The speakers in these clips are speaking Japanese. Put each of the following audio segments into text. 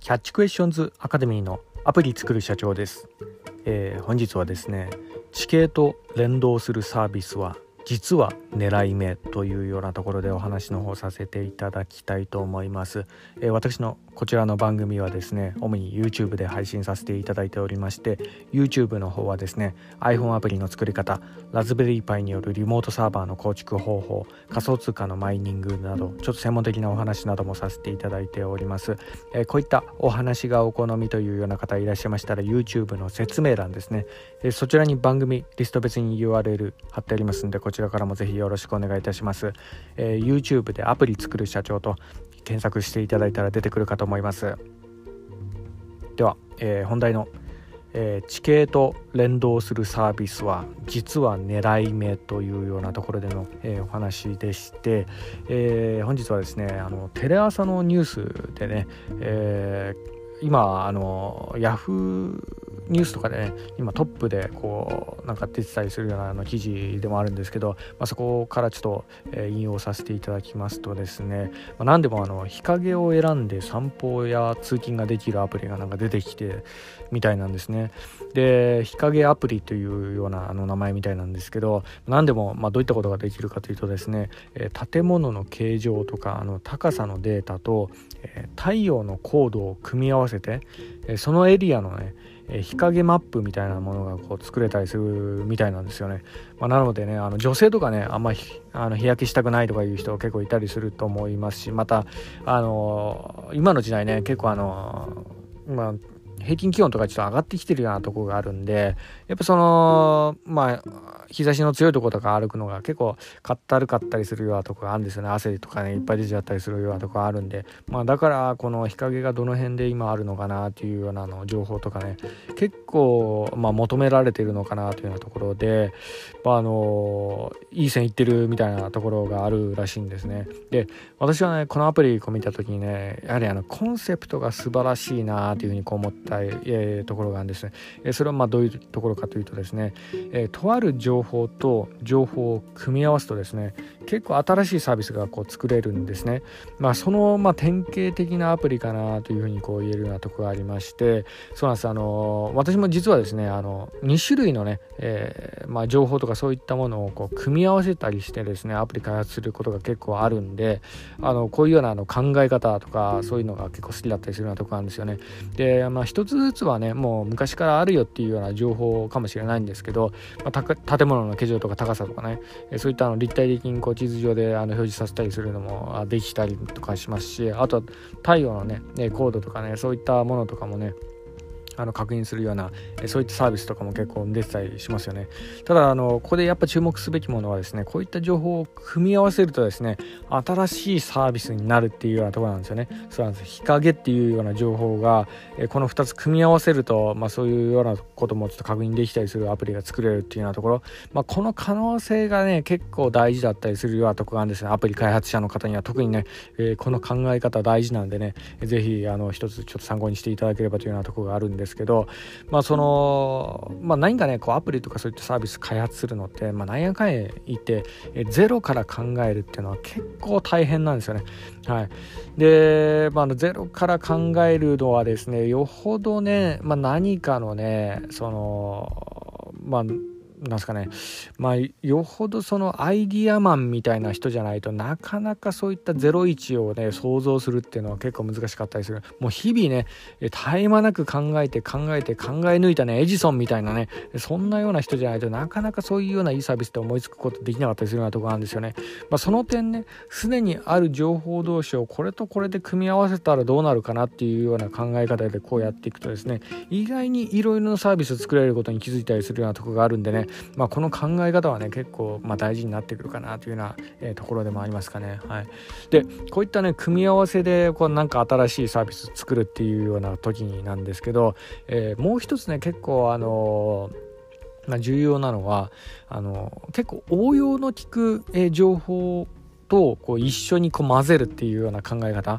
キャッチクエスチョンズアカデミーのアプリ作る社長です。本日はですね、地形と連動するサービスは実は狙い目というようなところでお話の方させていただきたいと思います。私のこちらの番組はですね、主に YouTube で配信させていただいておりまして、 YouTube の方はですね iPhone アプリの作り方、ラズベリーパイによるリモートサーバーの構築方法、仮想通貨のマイニングなどちょっと専門的なお話などもさせていただいております。こういったお話がお好みというような方いらっしゃいましたら YouTube の説明欄ですね、そちらに番組リスト別に URL 貼ってありますので、こちらからもぜひよろしくお願いいたします。YouTube でアプリ作る社長と検索していただいたら出てくるかと思います。では、本題の、地形と連動するサービスは実は狙い目というようなところでの、お話でして、本日はですねテレ朝のニュースでね、今ヤフーニュースとかでね、今トップでこうなんか出てたりするような記事でもあるんですけど、そこからちょっと、引用させていただきますとですね、何でも日陰を選んで散歩や通勤ができるアプリがなんか出てきてみたいなんですね。で、日陰アプリというような名前みたいなんですけど、何でもどういったことができるかというとですね、建物の形状とか高さのデータと太陽の高度を組み合わせて、そのエリアのね日陰マップみたいなものがこう作れたりするみたいなんですよね。なのでね、女性とかねあんまり日焼けしたくないとかいう人結構いたりすると思いますし、また今の時代ね結構平均気温とかちょっと上がってきてるようなところがあるんで、やっぱその日差しの強いところとか歩くのが結構かったりするようなところがあるんですよね。汗とかねいっぱい出ちゃったりするようなところがあるんで、だからこの日陰がどの辺で今あるのかなっていうような情報とかね結構求められているのかなというようなところで、いい線いってるみたいなところがあるらしいんですね。で、私はねこのアプリを見た時にね、やはりコンセプトが素晴らしいなというふうにこう思った、ところがあるんですね。それはどういうところかというとですね、とある情報と情報を組み合わすとですね、結構新しいサービスがこう作れるんですね。その典型的なアプリかなというふうにこう言えるようなところがありまして、そうなんです。私も実はですね2種類のね、情報とかそういったものをこう組み合わせたりしてですねアプリ開発することが結構あるんで、こういうような考え方とかそういうのが結構好きだったりするようなところなんですよね。で、一つずつはねもう昔からあるよっていうような情報かもしれないんですけど、建物の形状とか高さとかね、そういった立体的にこう地図上で表示させたりするのもできたりとかしますし、あとは太陽のね高度とかねそういったものとかもね確認するようなそういったサービスとかも結構出てたりしますよね。ただここでやっぱ注目すべきものはですね、こういった情報を組み合わせるとですね新しいサービスになるっていうようなところなんですよね。そうなんです。日陰っていうような情報がこの2つ組み合わせると、そういうようなこともちょっと確認できたりするアプリが作れるっていうようなところ、この可能性がね結構大事だったりするようなところがあるんですね。アプリ開発者の方には特にね、この考え方大事なんでね、ぜひ一つちょっと参考にしていただければというようなところがあるんですけど、何かねこうアプリとかそういったサービス開発するのって、何やかんや言ってゼロから考えるっていうのは結構大変なんですよね。はい。で、ゼロから考えるのはですね、よほどね、何かのねなんですかね、よほどそのアイディアマンみたいな人じゃないとなかなかそういった01をね想像するっていうのは結構難しかったりする。もう日々ね絶え間なく考え抜いたねエジソンみたいなね、そんなような人じゃないとなかなかそういうようないいサービスって思いつくことできなかったりするようなところなんですよね。その点ね、すでにある情報同士をこれとこれで組み合わせたらどうなるかなっていうような考え方でこうやっていくとですね、意外にいろいろなサービスを作れることに気づいたりするようなところがあるんでね、この考え方はね結構大事になってくるかなというような、ところでもありますかね。はい。で、こういったね組み合わせでこうなんか新しいサービス作るっていうような時になんですけど、もう一つね結構重要なのは結構応用の効く、情報とこう一緒にこう混ぜるっていうような考え方、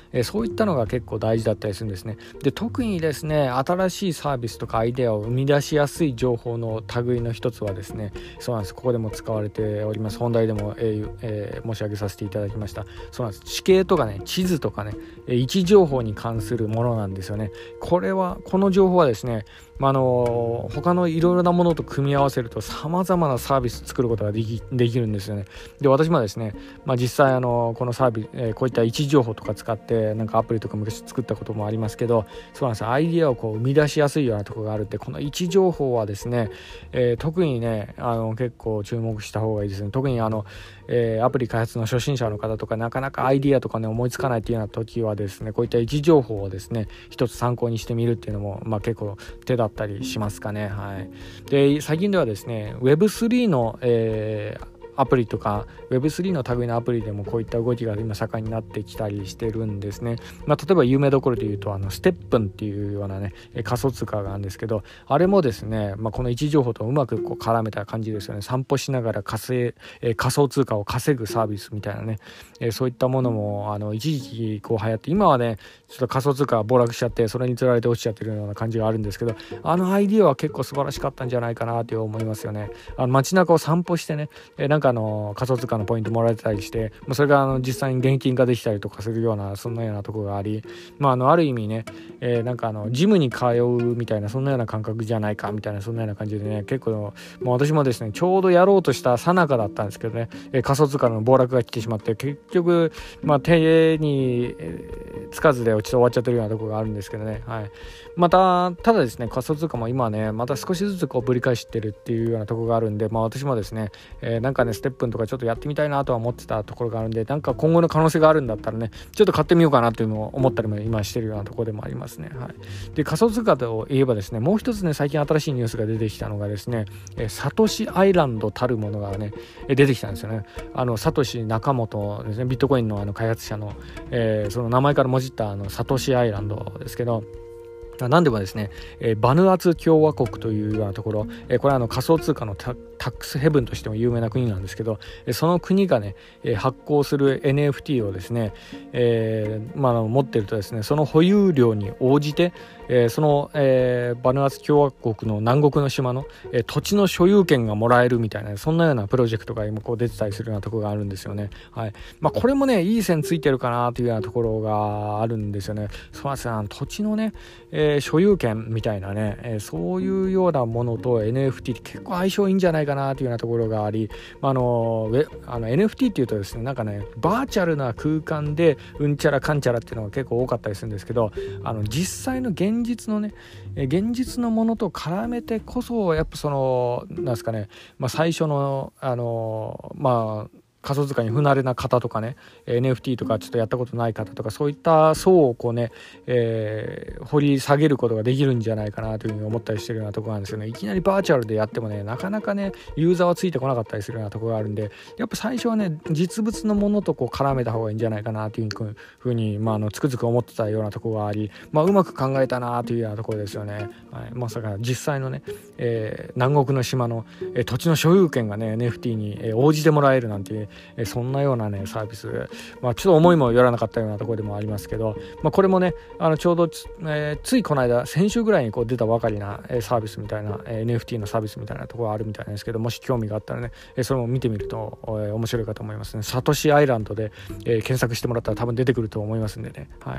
そういったのが結構大事だったりするんですね。で、特にですね、新しいサービスとかアイデアを生み出しやすい情報の類の一つはですね、そうなんです。ここでも使われております。本題でも、申し上げさせていただきました。そうなんです。地形とかね、地図とかね、位置情報に関するものなんですよね。この情報はですね、他のいろいろなものと組み合わせると様々なサービス作ることができるんですよね。で、私もですね、実際このサービス、こういった位置情報とか使ってなんかアプリとか昔作ったこともありますけど、そうなんです。アイデアをこう生み出しやすいようなところがあるって、この位置情報はですね、特にね結構注目した方がいいですね。特にアプリ開発の初心者の方とか、なかなかアイデアとかね思いつかないっていうような時はですね、こういった位置情報をですね一つ参考にしてみるっていうのも結構手だったりしますかね。はい。で、最近ではですね Web3 の、アプリとか Web3 の類のアプリでもこういった動きが今盛んになってきたりしてるんですね。例えば有名どころで言うとステップンっていうようなね仮想通貨があるんですけど、あれもですね、この位置情報とうまくこう絡めた感じですよね。散歩しながら仮想通貨を稼ぐサービスみたいなね、そういったものも一時期こう流行って、今はねちょっと仮想通貨が暴落しちゃってそれにつられて落ちちゃってるような感じがあるんですけど、アイディアは結構素晴らしかったんじゃないかなと思いますよね。街中を散歩してね、なんか仮想通貨のポイントもらえたりして、それが実際に現金化できたりとかするような、そんなようなところがあり、ある意味ね、なんかジムに通うみたいな、そんなような感覚じゃないかみたいな、そんなような感じでね、結構もう私もですねちょうどやろうとした最中だったんですけどね、仮想通貨の暴落が来てしまって、結局手につかずで終わっちゃってるようなところがあるんですけどね。はい。ただですね、仮想通貨も今ねまた少しずつこうぶり返してるっていうようなところがあるんで、私もですね、なんかねステップンとかちょっとやってみたいなとは思ってたところがあるんで、なんか今後の可能性があるんだったらねちょっと買ってみようかなというのを思ったりも今してるようなところでもありますね。はい。で、仮想通貨といえばですね、もう一つね最近新しいニュースが出てきたのがですね、サトシアイランドたるものがね出てきたんですよね。サトシ仲本ですね、ビットコインの開発者の、その名前からもじったサトシアイランドですけど、何でもですね、バヌアツ共和国というようなところ、これは仮想通貨のタックスヘブンとしても有名な国なんですけど、その国がね発行する NFT をですね、持ってるとですね、その保有量に応じて、その、バヌアツ共和国の南国の島の、土地の所有権がもらえるみたいな、そんなようなプロジェクトが今こう出てたりするようなところがあるんですよね。はい。これもねいい線ついてるかなというようなところがあるんですよね。そうなんですよ。土地のね、所有権みたいなね、そういうようなものと NFT って結構相性いいんじゃないかなというようなところがあり、NFT っていうとですね、なんかねバーチャルな空間でうんちゃらかんちゃらっていうのが結構多かったりするんですけど、実際の現実のね現実のものと絡めてこそ、やっぱそのなんですかね、最初の仮想通貨に不慣れな方とかね、 NFT とかちょっとやったことない方とか、そういった層をこうね、掘り下げることができるんじゃないかなというふうに思ったりしてるようなところなんですよね。いきなりバーチャルでやってもねなかなかねユーザーはついてこなかったりするようなところがあるんで、やっぱ最初はね実物のものとこう絡めた方がいいんじゃないかなというふうにつくづく思ってたようなところがあり、うまく考えたなというようなところですよね。はい。まさか実際のね、南国の島の、土地の所有権がね NFT に、応じてもらえるなんていう、そんなようなねサービス、ちょっと思いもよらなかったようなところでもありますけど、これもねちょうどついこの間先週ぐらいにこう出たばかりなサービスみたいな NFT のサービスみたいなところがあるみたいなんですけど、もし興味があったらねそれも見てみると面白いかと思いますね。サトシアイランドで、検索してもらったら多分出てくると思いますんでね。はい。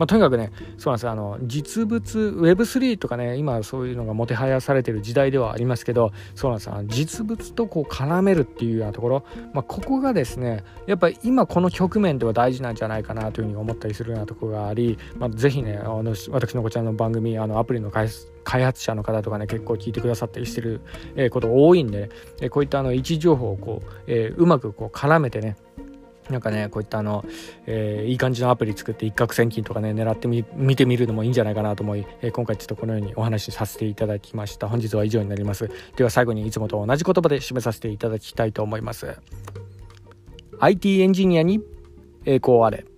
とにかくね、そうなんです。実物 Web3 とかね今そういうのがもてはやされてる時代ではありますけど、そうなんです。実物とこう絡めるっていうようなところ、ここがですねやっぱり今この局面では大事なんじゃないかなというふうに思ったりするようなところがあり、ぜひね私のこちらの番組アプリの開発者の方とかね結構聞いてくださったりしてる、こと多いんで、ね、こういった位置情報をこう、うまくこう絡めてね、なんかねこういったいい感じのアプリ作って一攫千金とかね狙って見てみるのもいいんじゃないかなと思い、今回ちょっとこのようにお話しさせていただきました。本日は以上になります。では最後にいつもと同じ言葉で締めさせていただきたいと思います。IT エンジニアに栄光あれ。